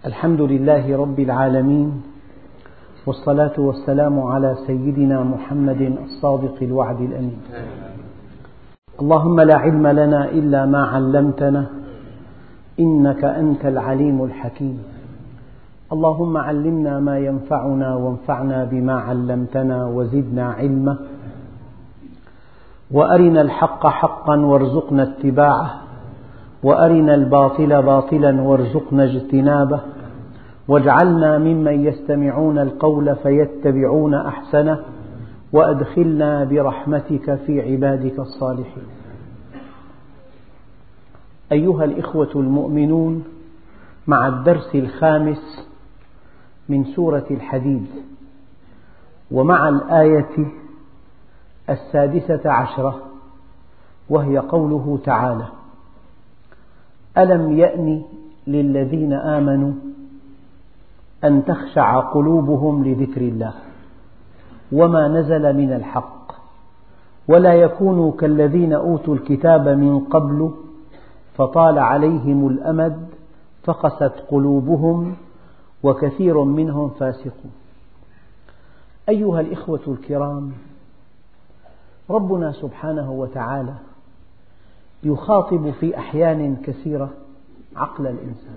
الحمد لله رب العالمين، والصلاة والسلام على سيدنا محمد الصادق الوعد الأمين. اللهم لا علم لنا إلا ما علمتنا إنك أنت العليم الحكيم. اللهم علمنا ما ينفعنا وانفعنا بما علمتنا وزدنا علما، وأرنا الحق حقا وارزقنا اتباعه، وأرنا الباطل باطلا وارزقنا اجتنابه، واجعلنا ممن يستمعون القول فيتبعون أحسنه، وأدخلنا برحمتك في عبادك الصالحين. أيها الإخوة المؤمنون، مع الدرس الخامس من سورة الحديد، ومع الآية 16، وهي قوله تعالى: ألم يأن للذين آمنوا أن تخشع قلوبهم لذكر الله وما نزل من الحق، ولا يكونوا كالذين أوتوا الكتاب من قبل فطال عليهم الأمد فقست قلوبهم وكثير منهم فاسقون. أيها الإخوة الكرام، ربنا سبحانه وتعالى يخاطب في أحيان كثيرة عقل الإنسان،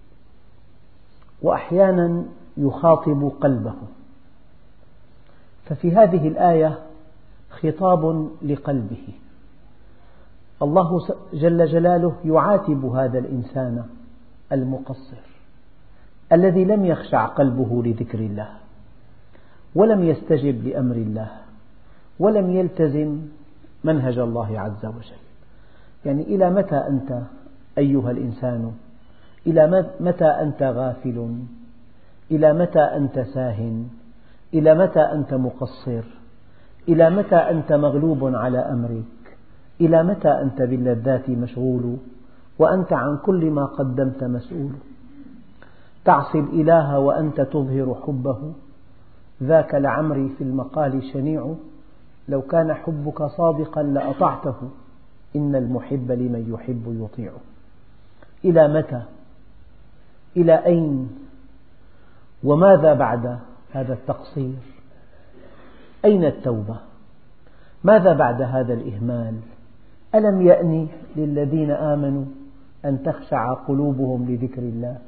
وأحيانا يخاطب قلبه. ففي هذه الآية خطاب لقلبه. الله جل جلاله يعاتب هذا الإنسان المقصر الذي لم يخشع قلبه لذكر الله، ولم يستجب لأمر الله، ولم يلتزم منهج الله عز وجل. يعني إلى متى أنت أيها الإنسان؟ إلى متى أنت غافل؟ إلى متى أنت ساهٍ؟ إلى متى أنت مقصر؟ إلى متى أنت مغلوب على أمرك؟ إلى متى أنت باللذات مشغول وأنت عن كل ما قدمت مسؤول؟ تعصي الإله وأنت تظهر حبه، ذاك لعمري في المقال شنيع، لو كان حبك صادقا لأطعته، إن المحب لمن يحب يطيع. إلى متى؟ إلى أين؟ وماذا بعد هذا التقصير؟ أين التوبة؟ ماذا بعد هذا الإهمال؟ ألم يأن للذين آمنوا أن تخشع قلوبهم لذكر الله؟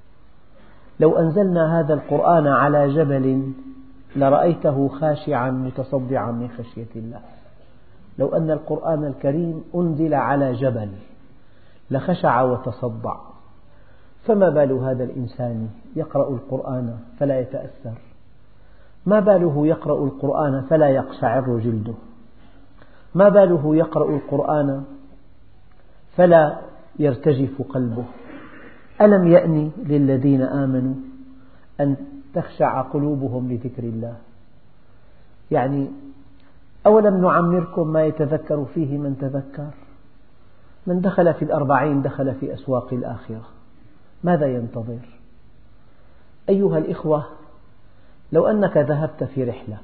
لو أنزلنا هذا القرآن على جبل لرأيته خاشعا متصدعا من خشية الله. لو أن القرآن الكريم أنزل على جبل لخشع وتصدع. فما بال هذا الإنسان يقرأ القرآن فلا يتأثر؟ ما باله يقرأ القرآن فلا يقشعر جلده؟ ما باله يقرأ القرآن فلا يرتجف قلبه؟ ألم يأن للذين آمنوا أن تخشع قلوبهم لذكر الله؟ يعني أولم نعمركم ما يتذكر فيه من تذكر؟ من دخل في 40 دخل في أسواق الآخرة. ماذا ينتظر؟ أيها الإخوة، لو أنك ذهبت في رحلة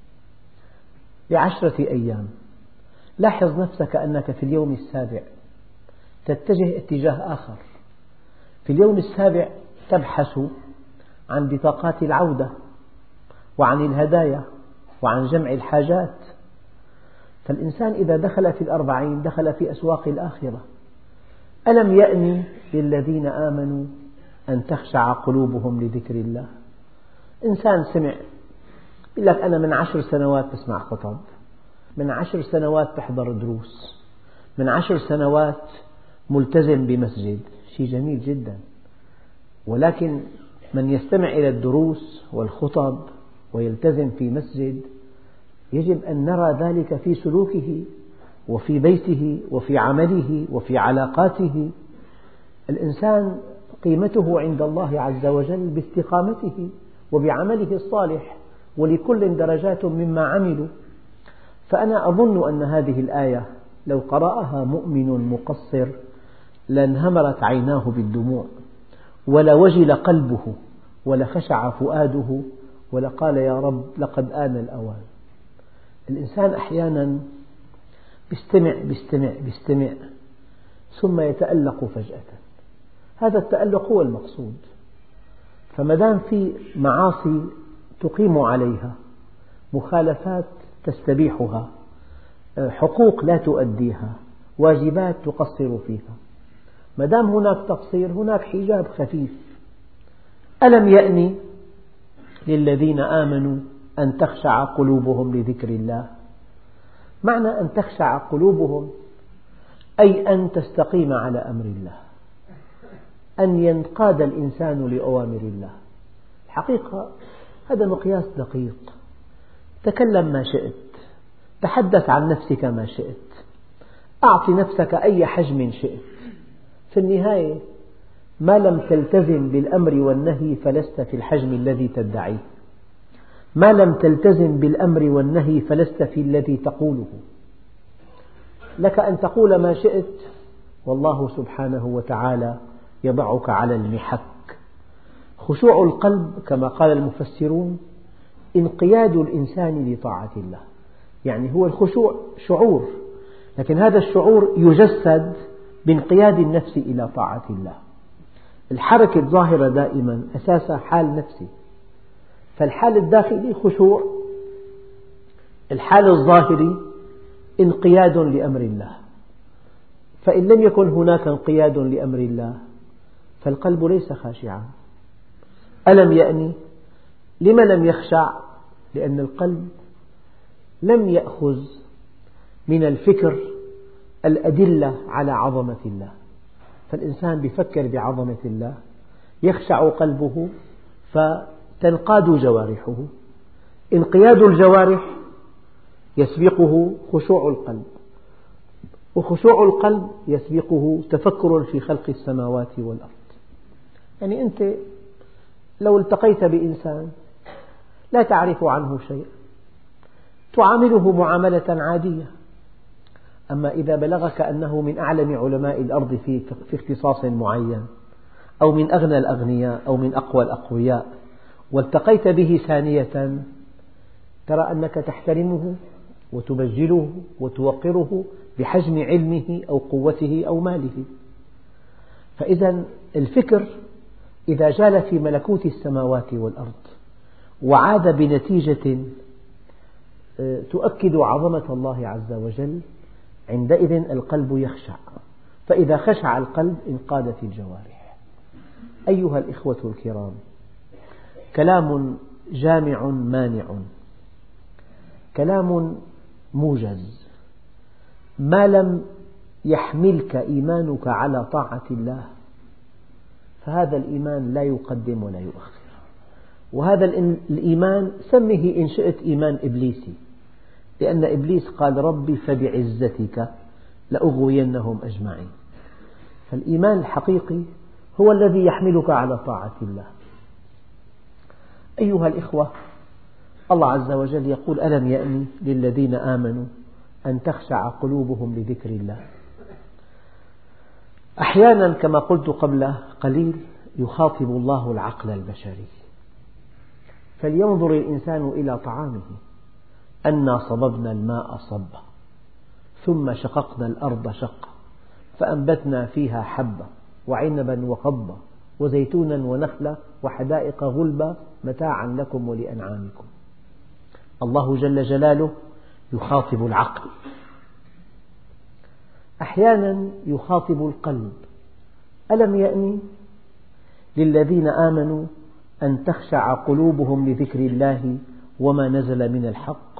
ل10 أيام، لاحظ نفسك أنك في اليوم السابع تتجه اتجاه آخر. في اليوم السابع تبحث عن بطاقات العودة وعن الهدايا وعن جمع الحاجات. فالإنسان إذا دخل في 40 دخل في أسواق الآخرة. ألم يأن للذين آمنوا أن تخشع قلوبهم لذكر الله؟ إنسان سمع، يقول لك أنا من 10 سنوات بسمع خطب، من 10 سنوات بحضر دروس، من 10 سنوات ملتزم بمسجد، شيء جميل جدا. ولكن من يستمع إلى الدروس والخطب ويلتزم في مسجد يجب أن نرى ذلك في سلوكه وفي بيته وفي عمله وفي علاقاته. الإنسان قيمته عند الله عز وجل باستقامته وبعمله الصالح، ولكل درجات مما عملوا. فأنا أظن أن هذه الآية لو قرأها مؤمن مقصر لانهمرت عيناه بالدموع، ولوجل قلبه، ولخشع فؤاده، ولقال يا رب لقد آن الأوان. الإنسان أحيانا فمادام في معاصي تقيم عليها، مخالفات تستبيحها، حقوق لا تؤديها، واجبات تقصر فيها، مادام هناك تقصير هناك حجاب خفيف. ألم يأن للذين آمنوا أن تخشع قلوبهم لذكر الله. معنى أن تخشع قلوبهم أي أن تستقيم على أمر الله، أن ينقاد الإنسان لأوامر الله. الحقيقة هذا مقياس دقيق. تكلم ما شئت، تحدث عن نفسك ما شئت، أعط نفسك أي حجم شئت، في النهاية ما لم تلتزم بالأمر والنهي فلست في الحجم الذي تدعيه، ما لم تلتزم بالأمر والنهي فلست في الذي تقوله. لك أن تقول ما شئت والله سبحانه وتعالى يضعك على المحك. خشوع القلب كما قال المفسرون انقياد الإنسان لطاعة الله، يعني هو الخشوع شعور، لكن هذا الشعور يجسد بانقياد النفس إلى طاعة الله. الحركة الظاهرة دائما أساسها حال نفسي، فالحال الداخلي خشوع، الحال الظاهري انقياد لأمر الله. فإن لم يكن هناك انقياد لأمر الله فالقلب ليس خاشعا. ألم يأني؟ لم لم يخشع؟ لأن القلب لم يأخذ من الفكر الأدلة على عظمة الله، فالإنسان يفكر بعظمة الله يخشع قلبه فتنقاد جوارحه. انقياد الجوارح يسبقه خشوع القلب، وخشوع القلب يسبقه تفكر في خلق السماوات والأرض. يعني أنت لو التقيت بإنسان لا تعرف عنه شيء تعامله معاملة عادية، أما إذا بلغك أنه من أعلم علماء الأرض في اختصاص معين، أو من أغنى الأغنياء، أو من أقوى الأقوياء، والتقيت به ثانية، ترى أنك تحترمه وتبجله وتوقره بحجم علمه أو قوته أو ماله. فإذا الفكر إذا جال في ملكوت السماوات والأرض وعاد بنتيجة تؤكد عظمة الله عز وجل، عندئذ القلب يخشع، فإذا خشع القلب انقادت الجوارح. أيها الإخوة الكرام، كلام جامع مانع، كلام موجز. ما لم يحملك إيمانك على طاعة الله فهذا الإيمان لا يقدم ولا يؤخر. وهذا الإيمان سمه إن شئت إيمان إبليسي، لأن إبليس قال ربي فبعزتك لأغوينهم أجمعين. فالإيمان الحقيقي هو الذي يحملك على طاعة الله. أيها الإخوة، الله عز وجل يقول ألم يأن للذين آمنوا أن تخشع قلوبهم لذكر الله. أحيانا كما قلت قبل قليل يخاطب الله العقل البشري، فلينظر الإنسان إلى طعامه. أنا صببنا الماء صبا ثم شققنا الأرض شقا فأنبتنا فيها حبا وعنبا وقضبا وزيتونا ونخلا وحدائق غلبا متاعا لكم ولأنعامكم. الله جل جلاله يخاطب العقل، أحيانا يخاطب القلب. ألم يأن للذين آمنوا أن تخشع قلوبهم لذكر الله وما نزل من الحق.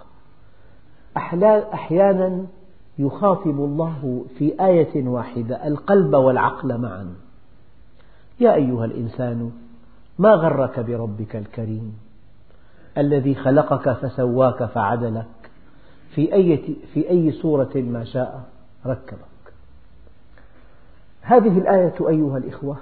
أحيانا يخاطب الله في آية واحدة القلب والعقل معا. يا أيها الإنسان ما غرك بربك الكريم الذي خلقك فسواك فعدلك في أي صورة ما شاء ركبك. هذه الآية أيها الإخوة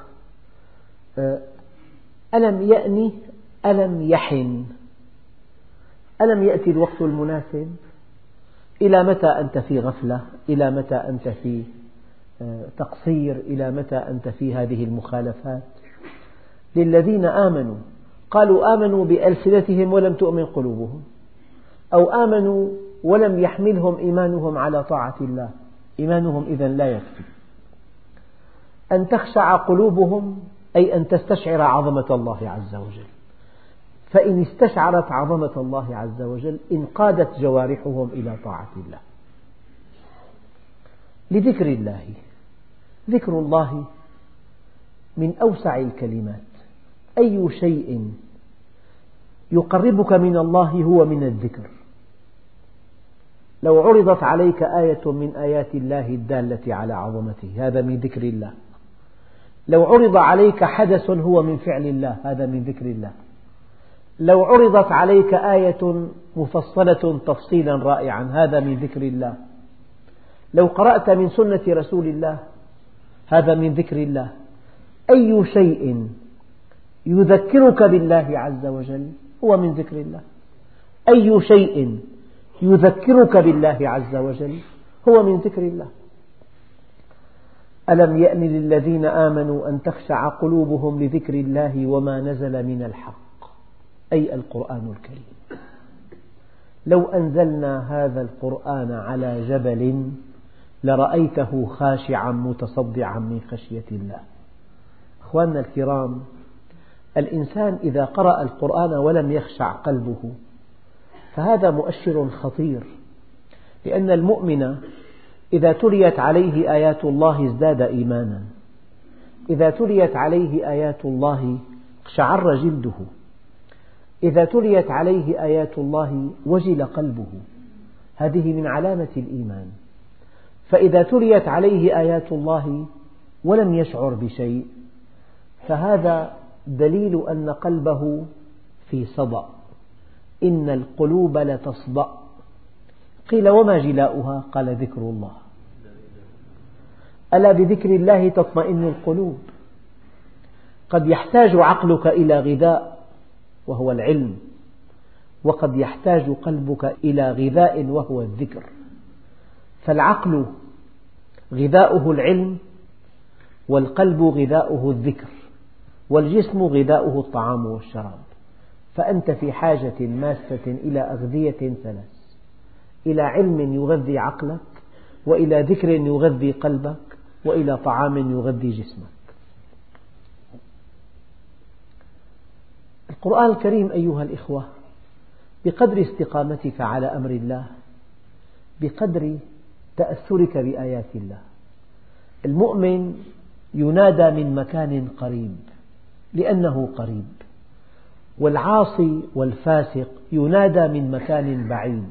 ألم يأن ألم يحن، ألم يأتي الوقت المناسب؟ إلى متى أنت في غفلة؟ إلى متى أنت في تقصير؟ إلى متى أنت في هذه المخالفات؟ للذين آمنوا، قالوا آمنوا بألسنتهم ولم تؤمن قلوبهم، أو آمنوا ولم يحملهم إيمانهم على طاعة الله، إيمانهم إذن لا يكفي. أن تخشع قلوبهم أي أن تستشعر عظمة الله عز وجل، فإن استشعرت عظمة الله عز وجل انقادت جوارحهم إلى طاعة الله. لذكر الله، ذكر الله من أوسع الكلمات، أي شيء يقربك من الله هو من الذكر. لو عرضت عليك آية من آيات الله الدالة على عظمته هذا من ذكر الله، لو عرض عليك حدث هو من فعل الله هذا من ذكر الله، لو عرضت عليك آية مفصلة تفصيلا رائعا هذا من ذكر الله، لو قرأت من سنة رسول الله هذا من ذكر الله. أي شيء يذكرك بالله عز وجل هو من ذكر الله، أي شيء يذكرك بالله عز وجل هو من ذكر الله. ألم يأن للذين آمنوا أن تخشع قلوبهم لذكر الله وما نزل من الحق، أي القرآن الكريم. لو أنزلنا هذا القرآن على جبل لرأيته خاشعا متصدعا من خشية الله. أخواننا الكرام، الإنسان إذا قرأ القرآن ولم يخشع قلبه فهذا مؤشر خطير، لأن المؤمن إذا تليت عليه آيات الله ازداد إيمانا، إذا تليت عليه آيات الله اقشعر جلده، إذا تليت عليه آيات الله وجل قلبه، هذه من علامة الإيمان. فإذا تليت عليه آيات الله ولم يشعر بشيء فهذا دليل أن قلبه في صدأ، إن القلوب لتصدأ. قيل وما جلاؤها؟ قال ذكر الله. ألا بذكر الله تطمئن القلوب. قد يحتاج عقلك إلى غذاء وهو العلم، وقد يحتاج قلبك إلى غذاء وهو الذكر. فالعقل غذاؤه العلم، والقلب غذاؤه الذكر، والجسم غذاؤه الطعام والشراب. فأنت في حاجة ماسة إلى أغذية ثلاث: إلى علم يغذي عقلك، وإلى ذكر يغذي قلبك، وإلى طعام يغذي جسمك. القرآن الكريم أيها الإخوة بقدر استقامتك على أمر الله بقدر تأثرك بآيات الله. المؤمن ينادى من مكان قريب لأنه قريب، والعاصي والفاسق ينادى من مكان بعيد.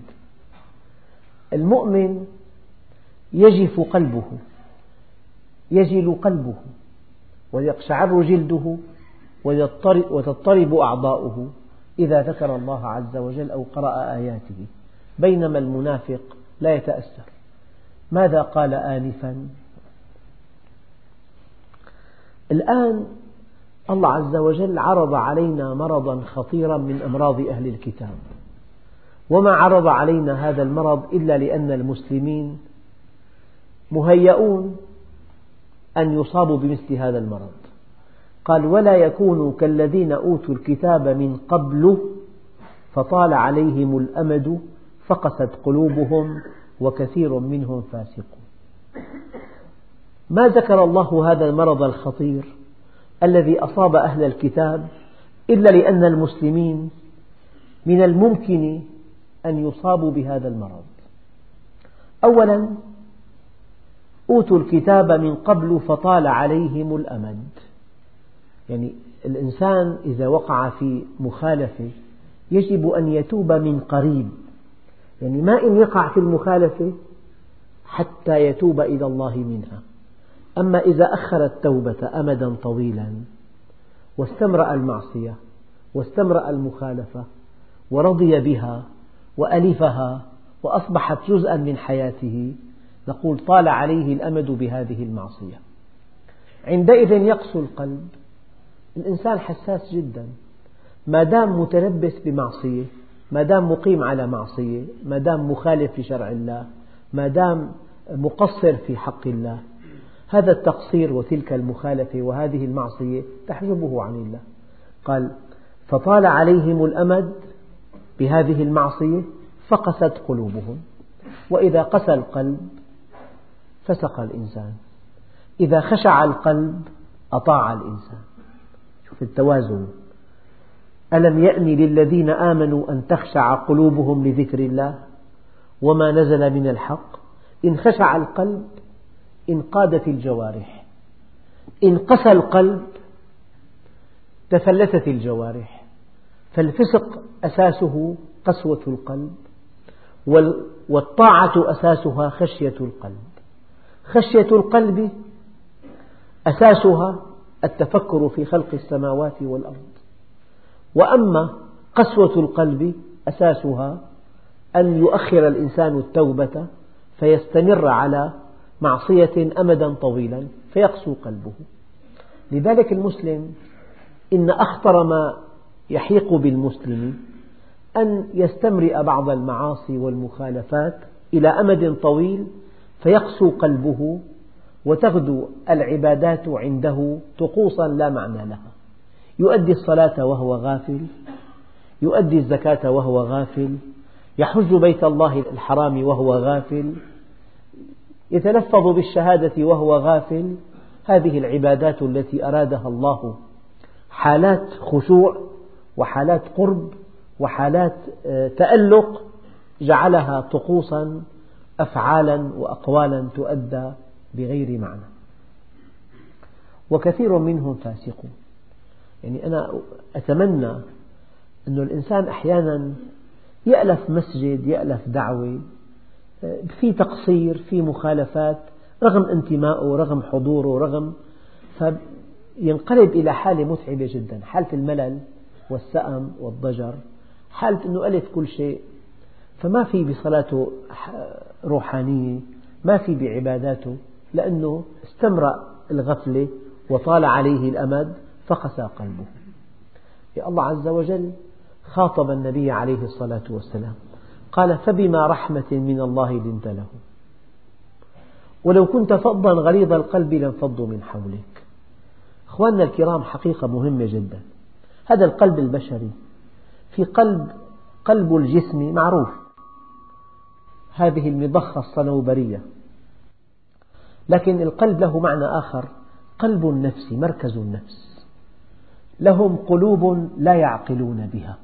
المؤمن يجف قلبه، يجل قلبه، ويقشعر جلده، وتضطرب أعضاؤه إذا ذكر الله عز وجل أو قرأ آياته، بينما المنافق لا يتأثر. ماذا قال آنفا؟ الآن الله عز وجل عرض علينا مرضا خطيرا من أمراض أهل الكتاب، وما عرض علينا هذا المرض إلا لأن المسلمين مهيئون أن يصابوا بمثل هذا المرض. قال ولا يكونوا كالذين أوتوا الكتاب من قبل فطال عليهم الأمد فقست قلوبهم وكثير منهم فاسقون. ما ذكر الله هذا المرض الخطير الذي أصاب أهل الكتاب إلا لأن المسلمين من الممكن أن يصابوا بهذا المرض. أولا أوتوا الكتاب من قبل فطال عليهم الأمد، يعني الإنسان إذا وقع في مخالفة يجب أن يتوب من قريب، يعني ما إن يقع في المخالفة حتى يتوب إلى الله منها. أما إذا أخر التوبة أمدا طويلا واستمرأ المعصية واستمرأ المخالفة ورضي بها وألفها وأصبحت جزءا من حياته، نقول طال عليه الأمد بهذه المعصية. عندئذ يقسو القلب. الإنسان حساس جدا، ما دام متلبس بمعصية، ما دام مقيم على معصية، ما دام مخالف لشرع الله، ما دام مقصر في حق الله، هذا التقصير وتلك المخالفة وهذه المعصية تحجبه عن الله. قال فطال عليهم الأمد بهذه المعصية فقست قلوبهم. وإذا قسى القلب فسق الإنسان، إذا خشع القلب أطاع الإنسان. في التوازن. ألم يأن للذين آمنوا أن تخشع قلوبهم لذكر الله وما نزل من الحق. إن خشع القلب انقادت الجوارح، إن قسى القلب تفلتت الجوارح. فالفسق أساسه قسوة القلب، والطاعة أساسها خشية القلب. خشية القلب أساسها التفكر في خلق السماوات والأرض، وأما قسوة القلب أساسها أن يؤخر الإنسان التوبة فيستمر على معصية أمدا طويلا فيقسو قلبه. لذلك المسلم إن أخطر ما يحيق بالمسلم أن يستمرئ بعض المعاصي والمخالفات إلى أمد طويل فيقسو قلبه، وتغدو العبادات عنده طقوسا لا معنى لها. يؤدي الصلاة وهو غافل، يؤدي الزكاة وهو غافل، يحج بيت الله الحرام وهو غافل، يتلفظ بالشهادة وهو غافل. هذه العبادات التي أرادها الله حالات خشوع وحالات قرب وحالات تألق جعلها طقوسا أفعالا وأقوالا تؤدى بغير معنى، وكثير منهم فاسقون. يعني أنا أتمنى أن الإنسان أحيانا يألف مسجد، يألف دعوة، في تقصير، في مخالفات، رغم انتمائه، رغم حضوره، فينقلب إلى حالة متعبة جدا، حالة الملل والسأم والضجر، حالة أنه ألف كل شيء، فما في بصلاته روحانية، ما في بعباداته، لأنه استمرأ الغفلة وطال عليه الأمد فقسى قلبه. الله عز وجل خاطب النبي عليه الصلاة والسلام قال: فبما رحمة من الله لنت له ولو كنت فظا غليظ القلب لانفضوا من حولك. أخواننا الكرام، حقيقة مهمة جدا. هذا القلب البشري، في قلب الجسم معروف، هذه المضخة الصنوبرية، لكن القلب له معنى آخر، قلب النفس، مركز النفس. لهم قلوب لا يعقلون بها.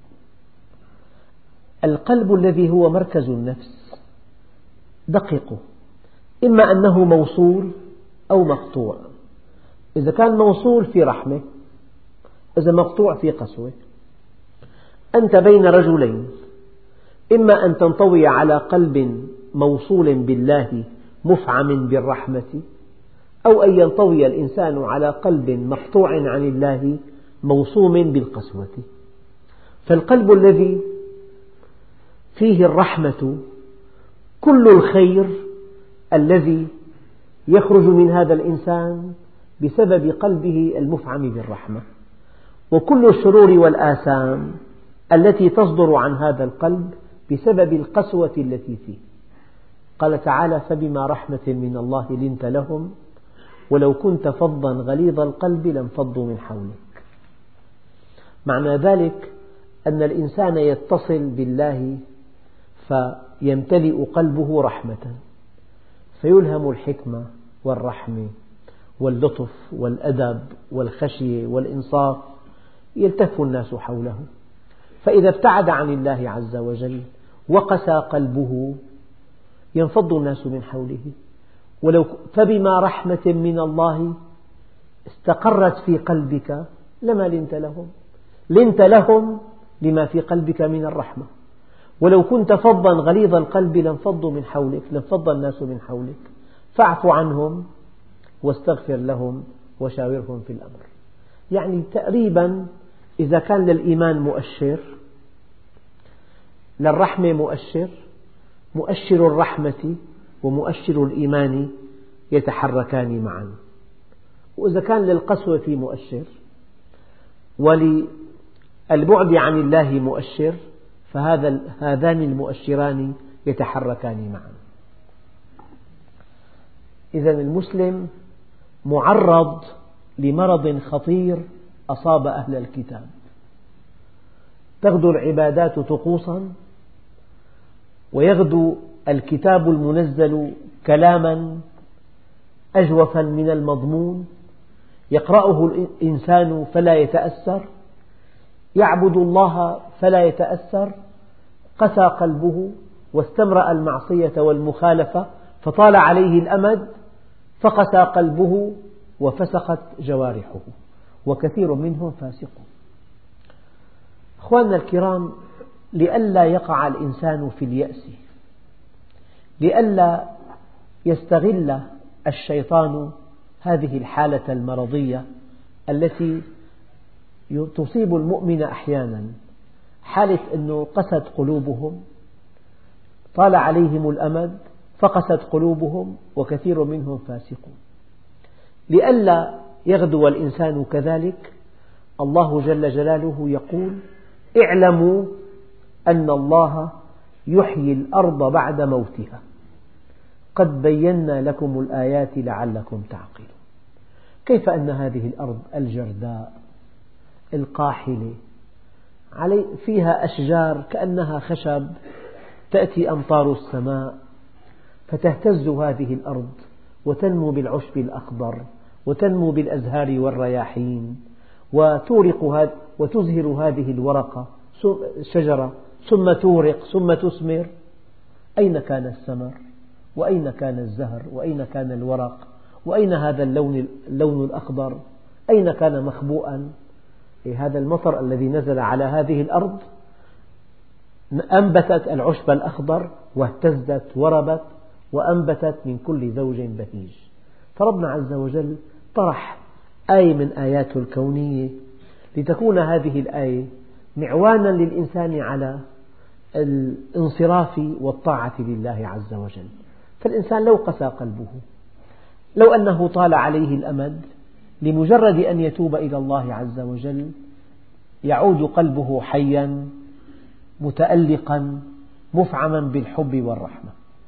القلب الذي هو مركز النفس دققوا، إما أنه موصول أو مقطوع. إذا كان موصول في رحمة، إذا مقطوع في قسوة. أنت بين رجلين، إما أن تنطوي على قلب موصول بالله مفعم بالرحمة، أو أن ينطوي الإنسان على قلب مقطوع عن الله موصوم بالقسوة. فالقلب الذي فيه الرحمة كل الخير الذي يخرج من هذا الإنسان بسبب قلبه المفعم بالرحمة، وكل الشرور والآثام التي تصدر عن هذا القلب بسبب القسوة التي فيه. قال تعالى: فبما رحمة من الله لنت لهم ولو كنت فظا غليظ القلب لانفضوا من حولك. معنى ذلك أن الإنسان يتصل بالله فيمتلئ قلبه رحمة، فيلهم الحكمة والرحمة واللطف والأدب والخشية والإنصاف، يلتف الناس حوله. فإذا ابتعد عن الله عز وجل وقسى قلبه ينفض الناس من حوله. فبما رحمة من الله استقرت في قلبك لما لنت لهم، لنت لهم لما في قلبك من الرحمة. ولو كنت فظا غليظ القلب لانفضوا من حولك، لانفض الناس من حولك. فاعف عنهم واستغفر لهم وشاورهم في الأمر. يعني تقريبا إذا كان للإيمان مؤشر، للرحمة مؤشر، مؤشر الرحمة ومؤشر الإيمان يتحركان معا. وإذا كان للقسوة مؤشر وللبعد عن الله مؤشر، فهذان المؤشران يتحركان معا. إذن المسلم معرض لمرض خطير أصاب أهل الكتاب. تغدو العبادات طقوسا، ويغدو الكتاب المنزل كلاما أجوفا من المضمون، يقرأه الإنسان فلا يتأثر، يعبد الله فلا يتأثر، قسى قلبه واستمرأ المعصية والمخالفة فطال عليه الأمد فقسى قلبه وفسقت جوارحه، وكثير منهم فاسقون. أخواننا الكرام، لئلا يقع الإنسان في اليأس، لئلا يستغل الشيطان هذه الحالة المرضية التي تصيب المؤمن أحيانا، حالة أنه قست قلوبهم، طال عليهم الأمد فقست قلوبهم وكثير منهم فاسقون. لئلا يغدو الإنسان كذلك، الله جل جلاله يقول: اعلموا أن الله يحيي الأرض بعد موتها قد بينا لكم الآيات لعلكم تعقلون. كيف أن هذه الأرض الجرداء القاحلة فيها أشجار كأنها خشب، تأتي أمطار السماء فتهتز هذه الأرض وتنمو بالعشب الأخضر وتنمو بالأزهار والرياحين وتزهر هذه الورقة الشجرة ثم تورق ثم تثمر. أين كان الثمر؟ وأين كان الزهر؟ وأين كان الورق؟ وأين هذا اللون الأخضر؟ أين كان مخبوءا؟ هذا المطر الذي نزل على هذه الأرض أنبتت العشب الأخضر واهتزت وربت وأنبتت من كل زوج بهيج. فربنا عز وجل طرح آية من آياته الكونية لتكون هذه الآية معوانا للإنسان على الانصراف والطاعة لله عز وجل. فالإنسان لو قسى قلبه، لو أنه طال عليه الأمد، لمجرد أن يتوب إلى الله عز وجل يعود قلبه حيا متألقا مفعما بالحب والرحمة.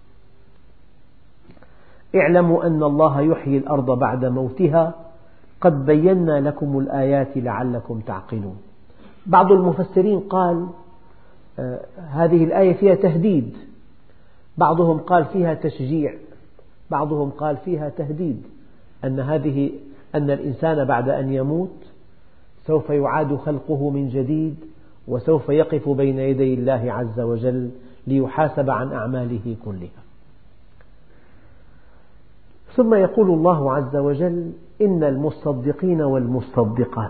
اعلموا أن الله يحيي الأرض بعد موتها قد بينا لكم الآيات لعلكم تعقلون. بعض المفسرين قال هذه الآية فيها تهديد، بعضهم قال فيها تشجيع، بعضهم قال فيها تهديد، أن الإنسان بعد أن يموت سوف يعاد خلقه من جديد وسوف يقف بين يدي الله عز وجل ليحاسب عن أعماله كلها. ثم يقول الله عز وجل: إن المصدقين والمصدقات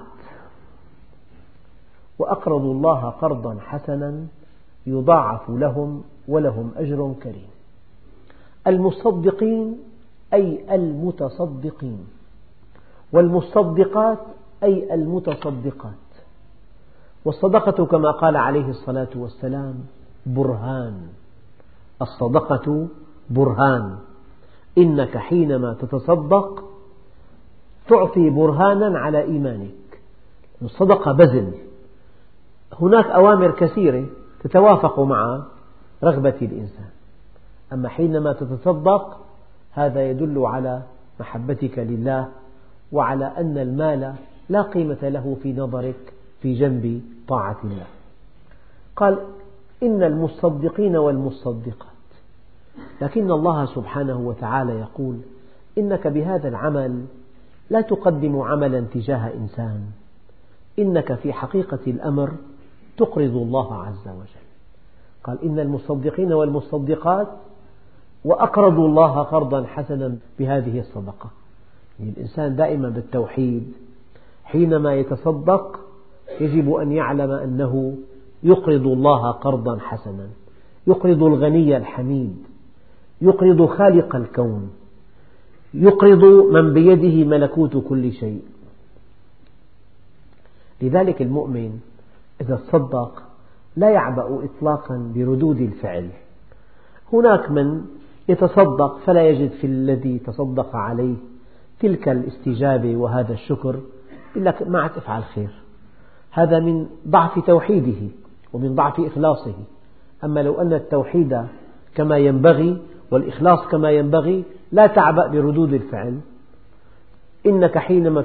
وأقرضوا الله قرضا حسنا يضاعف لهم ولهم أجر كريم. المصدقين أي المتصدقين، والمصدقات أي المتصدقات. والصدقة كما قال عليه الصلاة والسلام برهان، الصدقة برهان، إنك حينما تتصدق تعطي برهانا على إيمانك. الصدقة بذل، هناك أوامر كثيرة تتوافق مع رغبة الإنسان، أما حينما تتصدق هذا يدل على محبتك لله وعلى أن المال لا قيمة له في نظرك في جنب طاعة الله. قال: إن المصدقين والمصدقات، لكن الله سبحانه وتعالى يقول: إنك بهذا العمل لا تقدم عملا تجاه إنسان، إنك في حقيقة الأمر تقرض الله عز وجل. قال: إن المصدقين والمصدقات وأقرضوا الله قرضا حسنا بهذه الصدقة. يعني الإنسان دائما بالتوحيد حينما يتصدق يجب أن يعلم أنه يقرض الله قرضا حسنا، يقرض الغني الحميد، يقرض خالق الكون، يقرض من بيده ملكوت كل شيء. لذلك المؤمن إذا تصدق لا يعبأ إطلاقا بردود الفعل. هناك من يتصدق فلا يجد في الذي تصدق عليه تلك الاستجابة وهذا الشكر، يقول لك ما عاد أفعل خير، هذا من ضعف توحيده ومن ضعف إخلاصه. أما لو أن التوحيد كما ينبغي والإخلاص كما ينبغي لا تعبأ بردود الفعل. إنك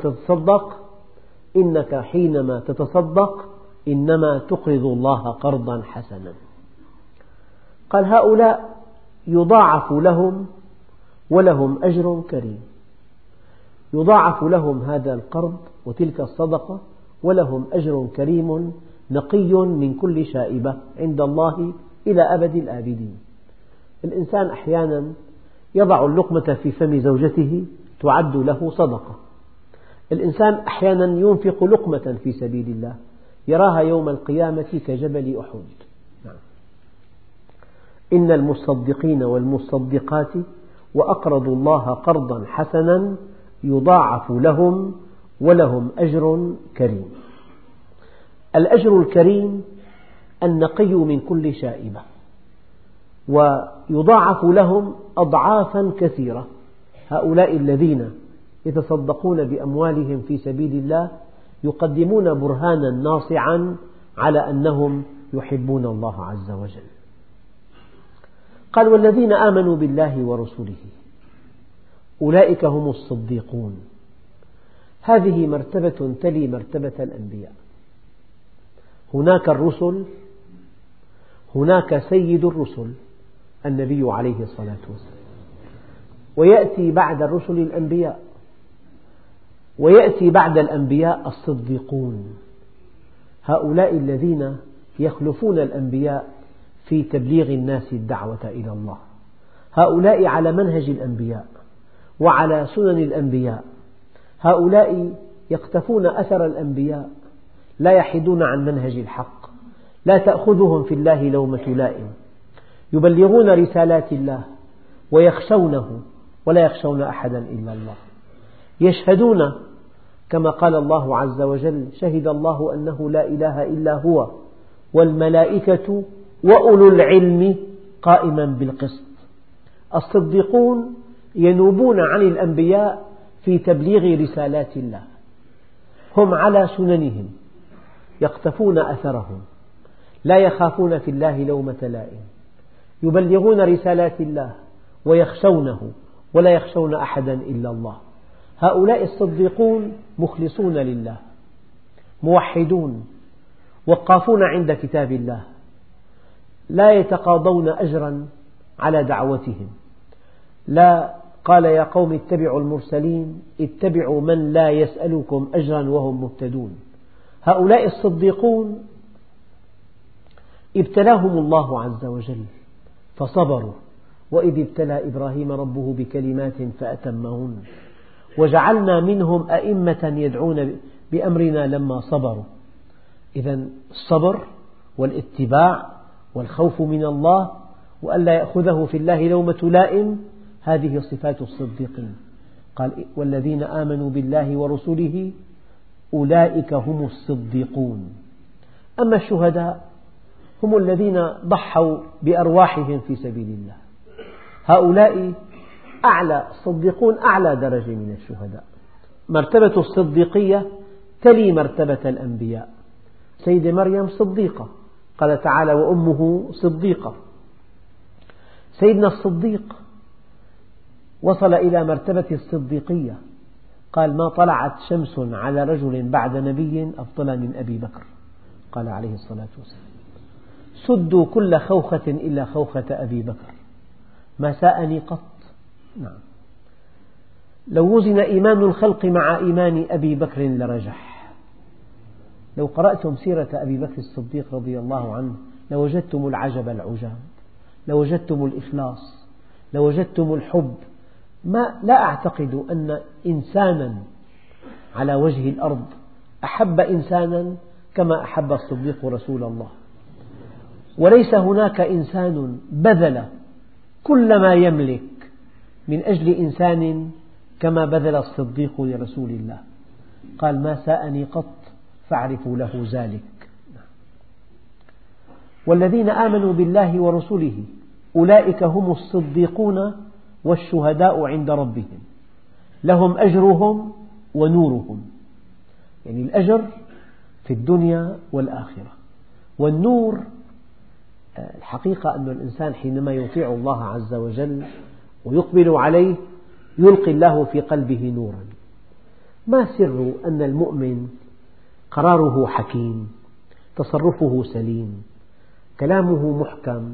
حينما تتصدق إنما تقرض الله قرضا حسنا. قال: هؤلاء يضاعف لهم ولهم أجر كريم. يضاعف لهم هذا القرض وتلك الصدقة، ولهم أجر كريم نقي من كل شائبة عند الله إلى أبد الآبدين. الإنسان أحيانا يضع اللقمة في فم زوجته تعد له صدقة. الإنسان أحيانا ينفق لقمة في سبيل الله يراها يوم القيامة كجبل أحد. إن المصدقين والمصدقات وأقرضوا الله قرضا حسنا يضاعف لهم ولهم أجر كريم. الأجر الكريم النقي من كل شائبة، ويضاعف لهم أضعافا كثيرة. هؤلاء الذين يتصدقون بأموالهم في سبيل الله يقدمون برهانا ناصعا على أنهم يحبون الله عز وجل. قال: والذين آمنوا بالله ورسله أولئك هم الصديقون. هذه مرتبة تلي مرتبة الأنبياء. هناك الرسل، هناك سيد الرسل النبي عليه الصلاة والسلام، ويأتي بعد الرسل الأنبياء، ويأتي بعد الأنبياء الصديقون. هؤلاء الذين يخلفون الأنبياء في تبليغ الناس الدعوة إلى الله. هؤلاء على منهج الأنبياء وعلى سنن الأنبياء. هؤلاء يقتفون أثر الأنبياء، لا يحيدون عن منهج الحق، لا تأخذهم في الله لومة لائم، يبلغون رسالات الله ويخشونه ولا يخشون أحدا إلا الله. يشهدون كما قال الله عز وجل: شهد الله أنه لا إله إلا هو والملائكة وأولو العلم قائما بالقسط. الصديقون ينوبون عن الأنبياء في تبليغ رسالات الله، هم على سننهم، يقتفون أثرهم، لا يخافون في الله لومة لائم، يبلغون رسالات الله ويخشونه ولا يخشون أحدا إلا الله. هؤلاء الصديقون مخلصون لله، موحدون، وقافون عند كتاب الله، لا يتقاضون أجرا على دعوتهم. لا قال: يا قوم اتبعوا المرسلين اتبعوا من لا يسألكم أجرا وهم مهتدون. هؤلاء الصديقون ابتلاهم الله عز وجل فصبروا، وإذ ابتلى إبراهيم ربه بكلمات فأتمهن وجعلنا منهم أئمة يدعون بأمرنا لما صبروا. إذن الصبر والاتباع والخوف من الله وألا يأخذه في الله لومة لائم، هذه صفات الصديقين. قال: والذين آمنوا بالله ورسله أولئك هم الصديقون. أما الشهداء هم الذين ضحوا بأرواحهم في سبيل الله. هؤلاء أعلى، الصديقون أعلى درجة من الشهداء. مرتبة الصديقية تلي مرتبة الأنبياء. سيدة مريم صديقة، قال تعالى: وأمه صديقة. سيدنا الصديق وصل إلى مرتبة الصديقية، قال: ما طلعت شمس على رجل بعد نبي أفضل من أبي بكر، قال عليه الصلاة والسلام: سدوا كل خوخة إلا خوخة أبي بكر ما ساءني قط. نعم، لو وزن إيمان الخلق مع إيمان أبي بكر لرجح. لو قرأتم سيرة أبي بكر الصديق رضي الله عنه لوجدتم العجب العجاب، لوجدتم الإخلاص، لوجدتم الحب. لا أعتقد أن إنسانا على وجه الأرض أحب إنسانا كما أحب الصديق رسول الله. وليس هناك إنسان بذل كل ما يملك من أجل إنسان كما بذل الصديق لرسول الله. قال: ما ساءني قط فاعرفوا له ذلك. والذين آمنوا بالله ورسله أولئك هم الصديقون والشهداء عند ربهم لهم أجرهم ونورهم. يعني الأجر في الدنيا والآخرة، والنور الحقيقة أن الإنسان حينما يطيع الله عز وجل ويقبل عليه يلقي الله في قلبه نورا. ما سر أن المؤمن قراره حكيم، تصرفه سليم، كلامه محكم،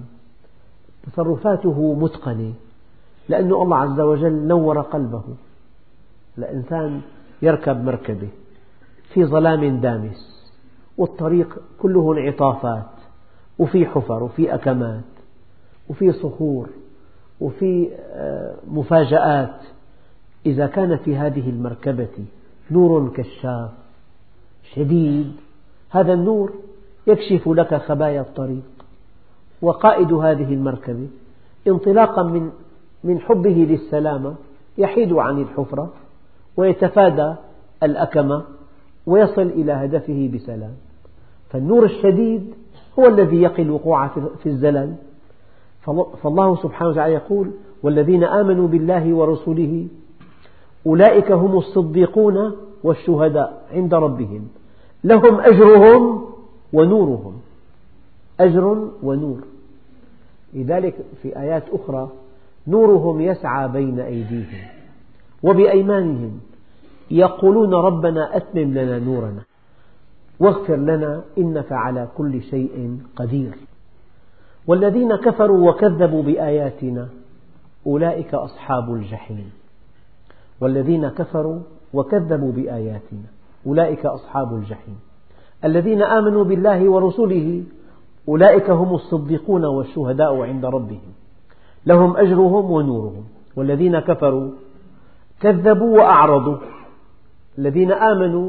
تصرفاته متقنة؟ لأن الله عز وجل نور قلبه، الإنسان يركب مركبة في ظلام دامس والطريق كله انعطافات وفي حفر وفي أكمات وفي صخور وفي مفاجآت، إذا كان في هذه المركبة نور كشاف شديد، هذا النور يكشف لك خبايا الطريق، وقائد هذه المركبة انطلاقا من حبه للسلامة يحيد عن الحفرة ويتفادى الأكمة ويصل إلى هدفه بسلام. فالنور الشديد هو الذي يقي الوقوع في الزلل. فالله سبحانه وتعالى يقول: والذين آمنوا بالله ورسله أولئك هم الصديقون والشهداء عند ربهم لهم أجرهم ونورهم. أجر ونور. لذلك في آيات أخرى: نورهم يسعى بين أيديهم وبأيمانهم يقولون ربنا أتمم لنا نورنا واغفر لنا إنك على كل شيء قدير. والذين كفروا وكذبوا بآياتنا أولئك أصحاب الجحيم. والذين كفروا وكذبوا بآياتنا أولئك أصحاب الجحيم. الذين آمنوا بالله ورسله أولئك هم الصديقون والشهداء عند ربهم لهم أجرهم ونورهم. والذين كفروا كذبوا وأعرضوا. الذين آمنوا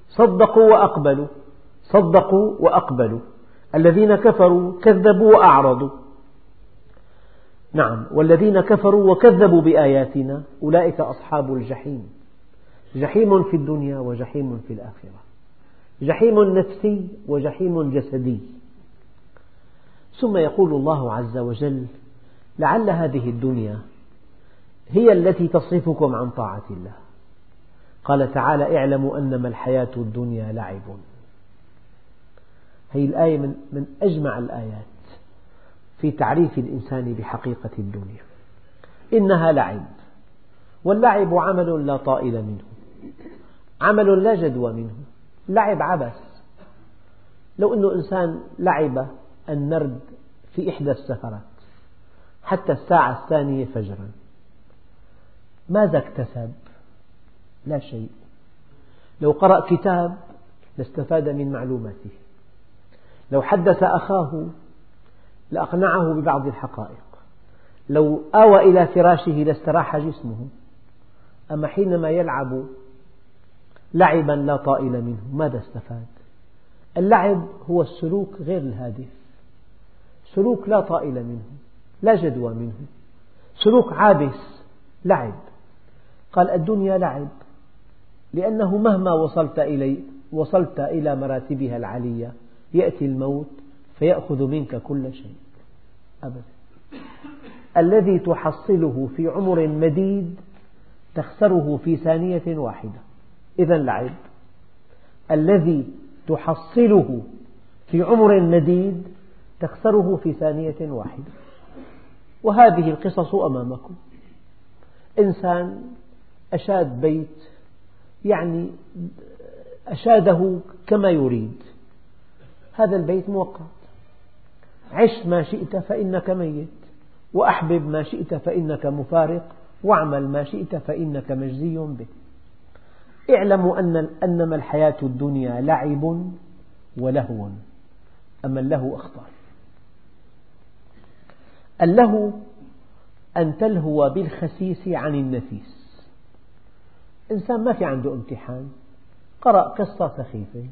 صدقوا وأقبلوا. الذين كفروا كذبوا وأعرضوا. نعم، والذين كفروا وكذبوا بآياتنا أولئك أصحاب الجحيم. جحيم في الدنيا وجحيم في الآخرة، جحيم نفسي وجحيم جسدي. ثم يقول الله عز وجل: لعل هذه الدنيا هي التي تصرفكم عن طاعة الله. قال تعالى: اعلموا أنما الحياة الدنيا لعب. هذه الآية من أجمع الآيات في تعريف الإنسان بحقيقة الدنيا. إنها لعب، واللعب عمل لا طائل منه، عمل لا جدوى منه. لعب عبث. لو أن إنسان لعب النرد في إحدى السهرات حتى الساعة 2 فجرا، ماذا اكتسب؟ لا شيء. لو قرأ كتاب لاستفاد من معلوماته، لو حدث أخاه لأقنعه ببعض الحقائق، لو آوى إلى فراشه لاستراح جسمه. أما حينما يلعب لعبا لا طائل منه، ماذا استفاد؟ اللعب هو السلوك غير الهادف، سلوك لا طائل منه، لا جدوى منه، سلوك عابس، لعب. قال: الدنيا لعب، لأنه مهما وصلت إلى مراتبها العالية يأتي الموت فيأخذ منك كل شيء أبدا. الذي تحصله في عمر مديد تخسره في ثانية واحدة، إذا لعب. الذي تحصله في عمر مديد تخسره في ثانية واحدة. وهذه القصص أمامكم. إنسان أشاد بيت، يعني أشاده كما يريد. هذا البيت مؤقت. عش ما شئت فإنك ميت، وأحبب ما شئت فإنك مفارق، واعمل ما شئت فإنك مجزي به. اعلموا أنما الحياة الدنيا لعب ولهو، أما اللهو أخطر. اللهو أن تلهو بالخسيس عن النفيس. إنسان ما في عنده امتحان، قرأ قصة سخيفة،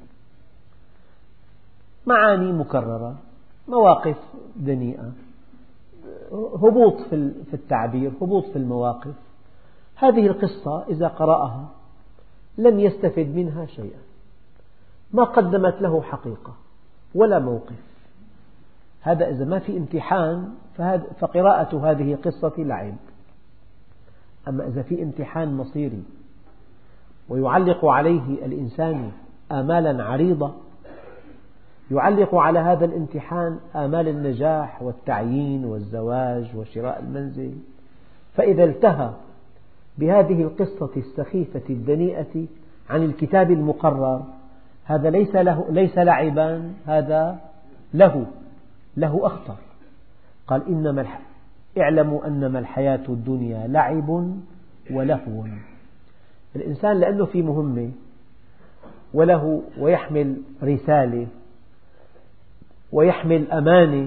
معاني مكررة، مواقف دنيئة، هبوط في التعبير، هبوط في المواقف. هذه القصة إذا قرأها لم يستفد منها شيئا، ما قدمت له حقيقة ولا موقف. هذا إذا ما في امتحان فقراءة هذه القصة لعب. أما إذا في امتحان مصيري ويعلق عليه الإنسان آمالا عريضة، يعلق على هذا الامتحان آمال النجاح والتعيين والزواج وشراء المنزل، فإذا التهى بهذه القصة السخيفة الدنيئة عن الكتاب المقرر، هذا ليس لعبا، هذا له أخطر. قال: اعلموا أنما الحياة الدنيا لعب ولهو. الإنسان لأنه في مهمة وله ويحمل رسالة ويحمل أمانة،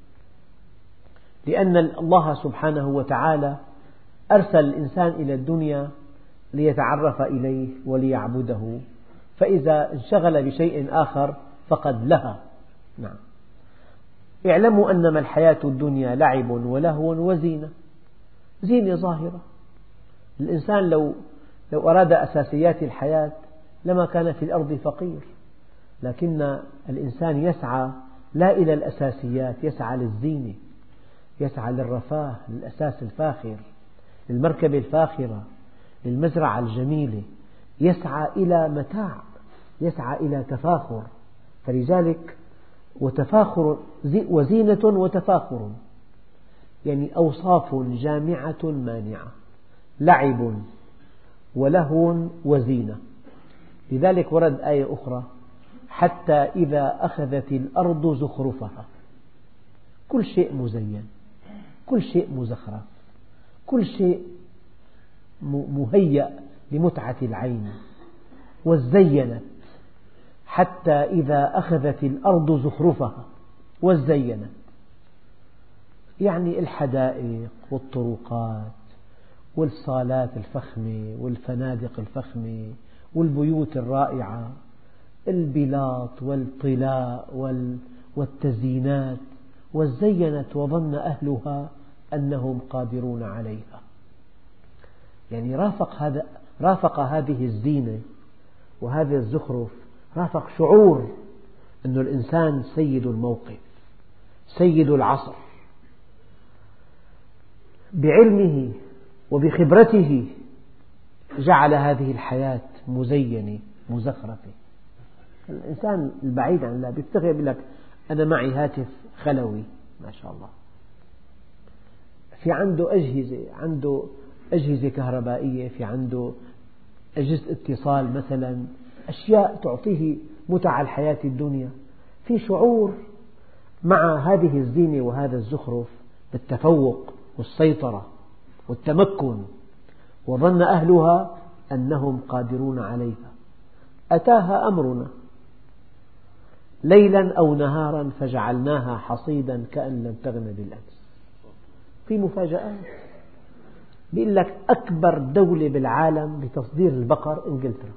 لأن الله سبحانه وتعالى أرسل الإنسان إلى الدنيا ليتعرف إليه وليعبده، فإذا انشغل بشيء آخر فقد لهى. نعم. اعلموا أنما الحياة الدنيا لعب ولهو وزينة، زينة ظاهرة. الإنسان لو أراد أساسيات الحياة لما كان في الأرض فقير، لكن الإنسان يسعى لا إلى الأساسيات، يسعى للزينة، يسعى للرفاه، للأساس الفاخر، للمركبة الفاخرة، للمزرعة الجميلة، يسعى إلى متاع، يسعى إلى تفاخر. فلذلك وتفاخر وزينة وتفاخر، يعني أوصاف جامعة مانعة، لعب ولهو وزينة. لذلك ورد آية أخرى: حتى إذا أخذت الأرض زخرفها. كل شيء مزين، كل شيء مزخرف، كل شيء مهيأ لمتعة العين. وزينت، حتى إذا أخذت الأرض زخرفها وزينت، يعني الحدائق والطرقات والصالات الفخمة والفنادق الفخمة والبيوت الرائعة، البلاط والطلاء والتزيينات. وزينت وظن أهلها أنهم قادرون عليها، يعني رافق هذه الزينة وهذا الزخرف، رافق شعور أن الإنسان سيد الموقف، سيد العصر، بعلمه وبخبرته جعل هذه الحياة مزينة مزخرفة. الإنسان البعيد عن الله بيفتخر، يقول لك أنا معي هاتف خلوي ما شاء الله، في عنده أجهزة كهربائية، في عنده أجهزة اتصال مثلا، أشياء تعطيه متع الحياة الدنيا، في شعور مع هذه الزينة وهذا الزخرف بالتفوق والسيطرة والتمكن. وظن أهلها أنهم قادرون عليها، أتاها أمرنا ليلا أو نهارا فجعلناها حصيدا كأن لم تغن بالأمس. في مفاجآت، بيقول لك أكبر دولة بالعالم بتصدير البقر إنجلترا،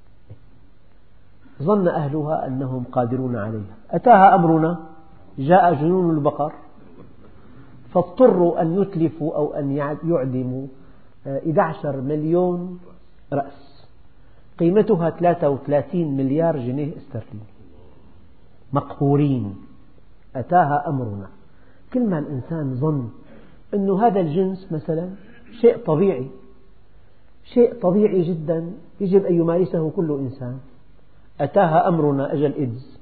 ظن أهلها أنهم قادرون عليها، أتاها أمرنا جاء جنون البقر فاضطروا أن يتلفوا أو أن يعدموا 11 مليون رأس، قيمتها 33 مليار جنيه استرليني، مقهورين. أتاها أمرنا. كل ما الإنسان ظن أن هذا الجنس مثلا شيء طبيعي، شيء طبيعي جدا يجب أن يمارسه كل إنسان، أتاها أمرنا أجل إيدز.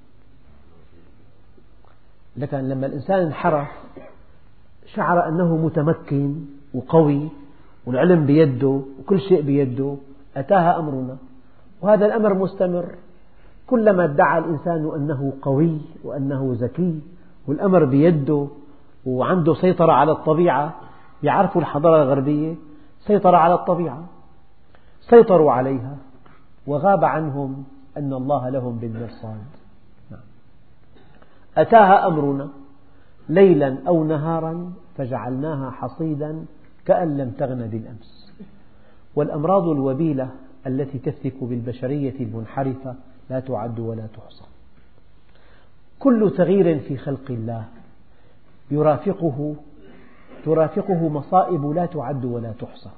لكن لما الإنسان انحرف شعر أنه متمكن وقوي والعلم بيده وكل شيء بيده، أتاها أمرنا. وهذا الأمر مستمر، كلما ادعى الإنسان أنه قوي وأنه ذكي والأمر بيده وعنده سيطرة على الطبيعة. يعرفوا الحضارة الغربية سيطرة على الطبيعة، سيطروا عليها وغاب عنهم أن الله لهم بالمرصاد. أتاها أمرنا ليلا أو نهارا فجعلناها حصيدا كأن لم تغن بالأمس. والأمراض الوبيلة التي تفتك بالبشرية المنحرفة لا تعد ولا تحصى. كل تغيير في خلق الله ترافقه مصائب لا تعد ولا تحصى.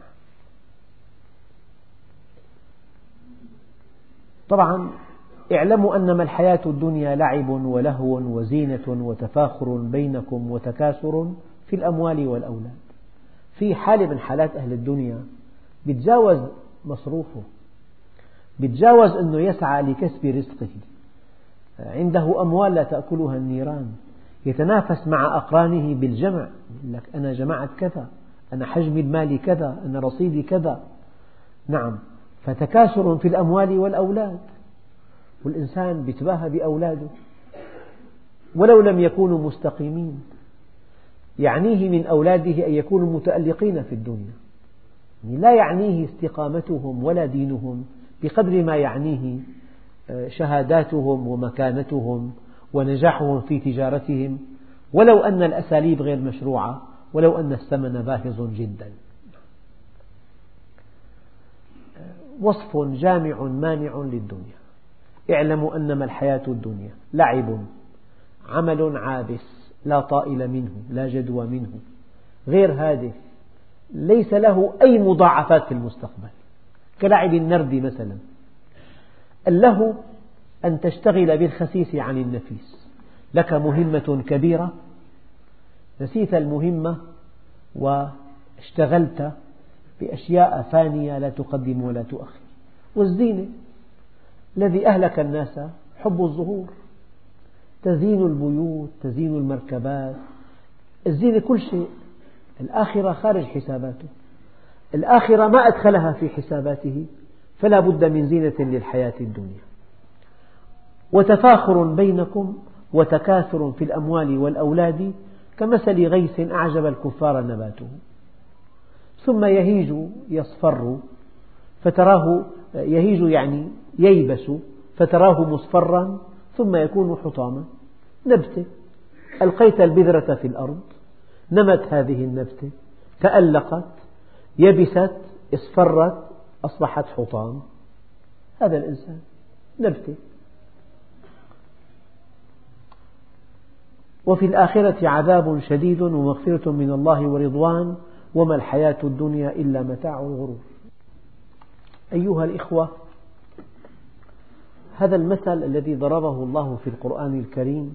طبعا اعلموا أنما الحياة الدنيا لعب ولهو وزينة وتفاخر بينكم وتكاثر في الأموال والأولاد. في حالة من حالات أهل الدنيا بيتجاوز مصروفه، بيتجاوز أنه يسعى لكسب رزقه، عنده أموال لا تأكلها النيران، يتنافس مع أقرانه بالجمع، يقول لك أنا جمعت كذا، أنا حجمي المالي كذا، أنا رصيدي كذا. نعم، فتكاثر في الأموال والأولاد، والإنسان يتباهى بأولاده ولو لم يكونوا مستقيمين، يعنيه من أولاده أن يكونوا متألقين في الدنيا، لا يعنيه استقامتهم ولا دينهم بقدر ما يعنيه شهاداتهم ومكانتهم ونجاحهم في تجارتهم، ولو أن الأساليب غير مشروعة، ولو أن الثمن باهظ جدا. وصف جامع مانع للدنيا: اعلموا أنما الحياة الدنيا لعب، عمل عابس لا طائل منه لا جدوى منه، غير هادف، ليس له أي مضاعفات في المستقبل، كلعب النرد مثلا. اللهو أن تشتغل بالخسيس عن النفيس، لك مهمة كبيرة نسيت المهمة واشتغلت بأشياء فانية لا تقدم ولا تؤخر. والزينة، الذي أهلك الناس حب الظهور، تزيين البيوت، تزيين المركبات، الزينة كل شيء. الآخرة خارج حساباته، الآخرة ما أدخلها في حساباته، فلا بد من زينة للحياة الدنيا. وتفاخر بينكم وتكاثر في الأموال والأولاد كمثل غيث أعجب الكفار نباته ثم يهيج يصفر فتراه، يهيج يعني ييبس، فتراه مصفرا ثم يكون حطاما. نبتة ألقيت البذرة في الأرض، نمت هذه النبتة، تألقت، يبست، اصفرت، أصبحت حطام. هذا الإنسان نبتة. وفي الآخرة عذاب شديد ومغفرة من الله ورضوان وما الحياة الدنيا إلا متاع الغرور. أيها الإخوة، هذا المثل الذي ضربه الله في القرآن الكريم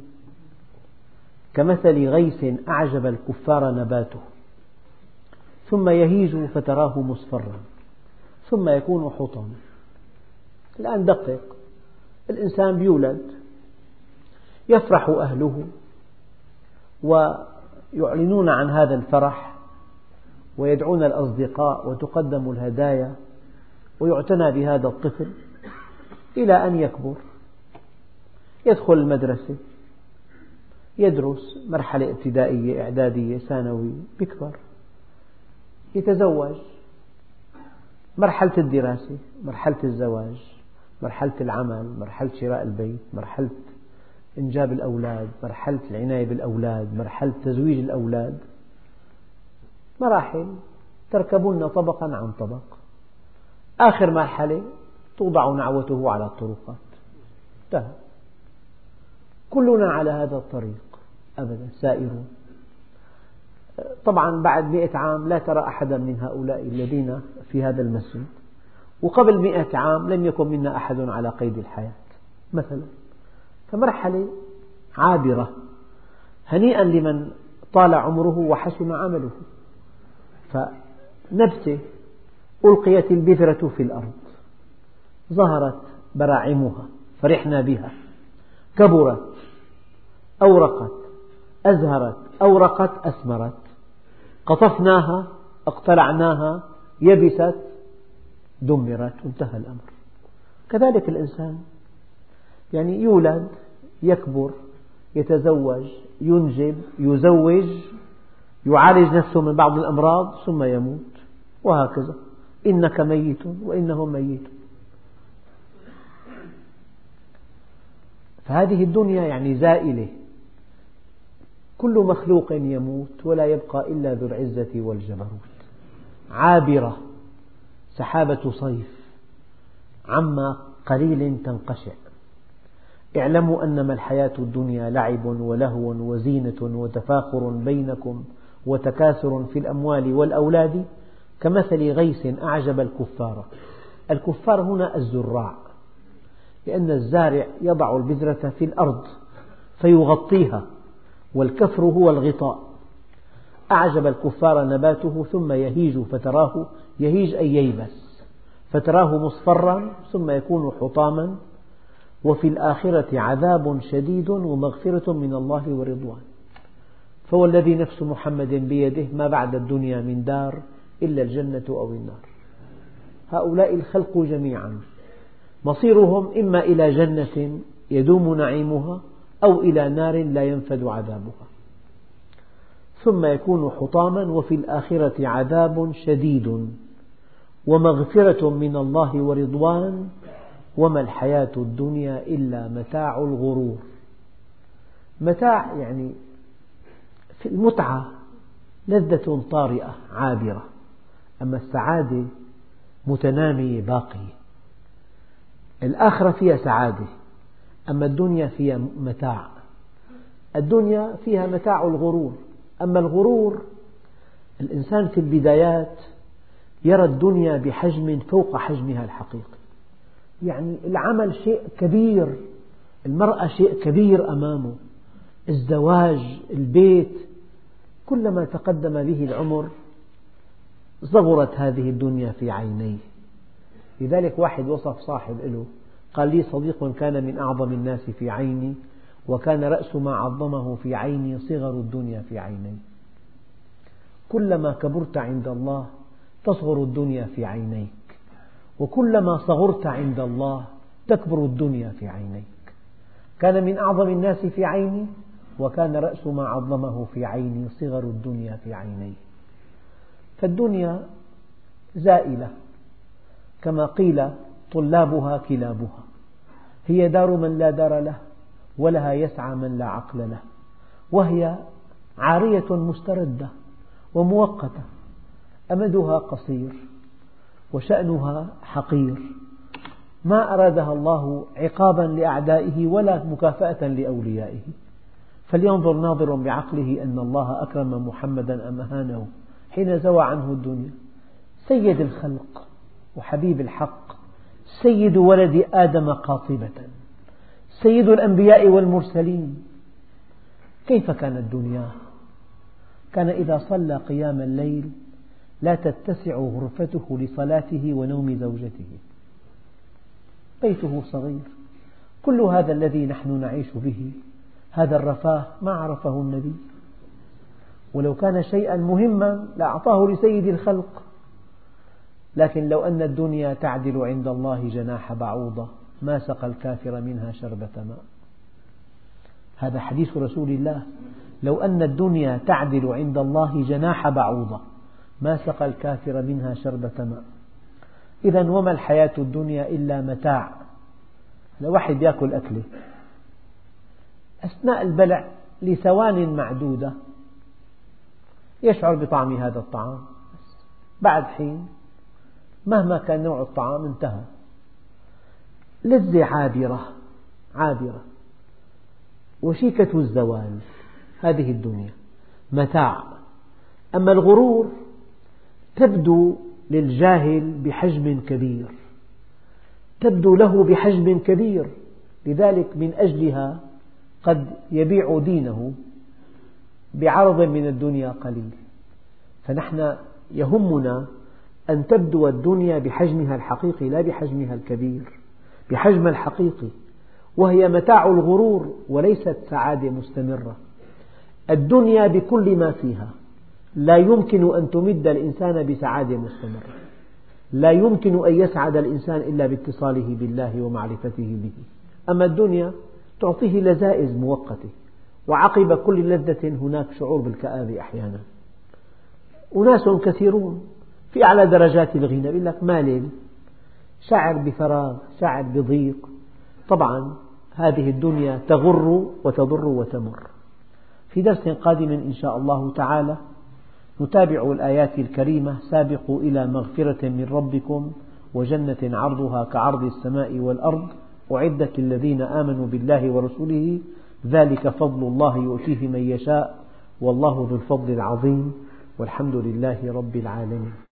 كمثل غيث أعجب الكفار نباته ثم يهيج فتراه مصفرا ثم يكون حطاما. الآن دقق، الإنسان يولد، يفرح أهله ويعلنون عن هذا الفرح ويدعون الأصدقاء وتقدم الهدايا ويعتنى بهذا الطفل إلى أن يكبر، يدخل المدرسة، يدرس مرحلة ابتدائية، إعدادية، ثانوي، يكبر، يتزوج، مرحلة الدراسة، مرحلة الزواج، مرحلة العمل، مرحلة شراء البيت، مرحلة إنجاب الأولاد، مرحلة العناية بالأولاد، مرحلة تزويج الأولاد، مراحل تركبون طبقا عن طبق. آخر مرحلة توضع نعوته على الطرقات. انتهى. كلنا على هذا الطريق أبدا سائرون. طبعا بعد 100 عام لا ترى أحدا من هؤلاء الذين في هذا المسجد، وقبل 100 عام لم يكن منا أحد على قيد الحياة مثلا. فمرحلة عابرة، هنيئا لمن طال عمره وحسن عمله. فنبتة ألقيت البذرة في الأرض، ظهرت براعمها فرحنا بها، كبرت، أورقت، أزهرت، أورقت، أثمرت، قطفناها، اقتلعناها، يبست، دمرت، وانتهى الأمر. كذلك الإنسان، يعني يولد، يكبر، يتزوج، ينجب، يزوج، يعالج نفسه من بعض الأمراض ثم يموت، وهكذا. إنك ميت وإنهم ميتون. فهذه الدنيا يعني زائلة، كل مخلوق يموت ولا يبقى إلا ذو العزة والجبروت. عابرة، سحابة صيف، عما قليل تنقشع. اعلموا أنما الحياة الدنيا لعب ولهو وزينة وتفاخر بينكم وتكاثر في الأموال والأولاد كمثل غيث أعجب الكفار. الكفار هنا الزراع، لأن الزارع يضع البذرة في الأرض فيغطيها، والكفر هو الغطاء. أعجب الكفار نباته ثم يهيج فتراه، يهيج أي ييبس، فتراه مصفرا ثم يكون حطاما. وفي الآخرة عذاب شديد ومغفرة من الله ورضوان. فوالذي نفس محمد بيده ما بعد الدنيا من دار إلا الجنة أو النار. هؤلاء الخلق جميعا مصيرهم إما إلى جنة يدوم نعيمها أو إلى نار لا ينفد عذابها. ثم يكون حطاما. وفي الآخرة عذاب شديد ومغفرة من الله ورضوان وما الحياة الدنيا إلا متاع الغرور. متاع يعني في المتعة لذة طارئة عابرة، أما السعادة متنامية باقية. الآخرة فيها سعادة، أما الدنيا فيها متاع. الدنيا فيها متاع الغرور، أما الغرور الإنسان في البدايات يرى الدنيا بحجم فوق حجمها الحقيقي، يعني العمل شيء كبير، المرأة شيء كبير أمامه، الزواج، البيت. كلما تقدم به العمر صغرت هذه الدنيا في عينيه. لذلك واحد وصف صاحب له قال لي صديق كان من أعظم الناس في عيني، وكان رأس ما عظمه في عيني صغر الدنيا في عيني. كلما كبرت عند الله تصغر الدنيا في عينيك، وكلما صغرت عند الله تكبر الدنيا في عينيك. كان من أعظم الناس في عيني، وكان رأس ما عظمه في عيني صغر الدنيا في عيني. فالدنيا زائلة، كما قيل طلابها كلابها، هي دار من لا دار له، ولها يسعى من لا عقل له، وهي عارية مستردة ومؤقتة، أمدها قصير وشأنها حقير، ما أرادها الله عقابا لأعدائه ولا مكافأة لأوليائه. فلينظر ناظر بعقله أن الله أكرم محمدا أم أهانه حين زوى عنه الدنيا. سيد الخلق وحبيب الحق، سيد ولد آدم قاطبة، سيد الأنبياء والمرسلين، كيف كانت دنياه؟ كان إذا صلى قيام الليل لا تتسع غرفته لصلاته ونوم زوجته، بيته صغير. كل هذا الذي نحن نعيش به، هذا الرفاه ما عرفه النبي، ولو كان شيئا مهما لأعطاه لسيد الخلق. لكن لو أن الدنيا تعدل عند الله جناح بعوضة ما سقى الكافر منها شربة ماء. هذا حديث رسول الله، لو أن الدنيا تعدل عند الله جناح بعوضة ما سقى الكافر منها شربة ماء. إذن وما الحياة الدنيا إلا متاع. لو واحد يأكل أكله أثناء البلع لثوان معدودة يشعر بطعم هذا الطعام، بعد حين مهما كان نوع الطعام انتهى. لذة عابرة وشيكة الزوال. هذه الدنيا متاع. أما الغرور تبدو للجاهل بحجم كبير، تبدو له بحجم كبير، لذلك من أجلها قد يبيع دينه بعرض من الدنيا قليل. فنحن يهمنا أن تبدو الدنيا بحجمها الحقيقي لا بحجمها الكبير، بحجمها الحقيقي، وهي متاع الغرور وليست سعادة مستمرة. الدنيا بكل ما فيها لا يمكن أن تمد الإنسان بسعادة مستمرة، لا يمكن أن يسعد الإنسان إلا باتصاله بالله ومعرفته به. أما الدنيا تعطيه لذائذ مؤقتة، وعقب كل لذة هناك شعور بالكآبة أحيانا. أناس كثيرون في أعلى درجات الغنى يقول لك مالل، شعر بفراغ، شعر بضيق. طبعا هذه الدنيا تغر وتضر وتمر. في درس قادم إن شاء الله تعالى نتابع الآيات الكريمة. سابقوا إلى مغفرة من ربكم وجنة عرضها كعرض السماء والأرض أعدت للذين آمنوا بالله ورسوله ذلك فضل الله يؤتيه من يشاء والله ذو الفضل العظيم والحمد لله رب العالمين.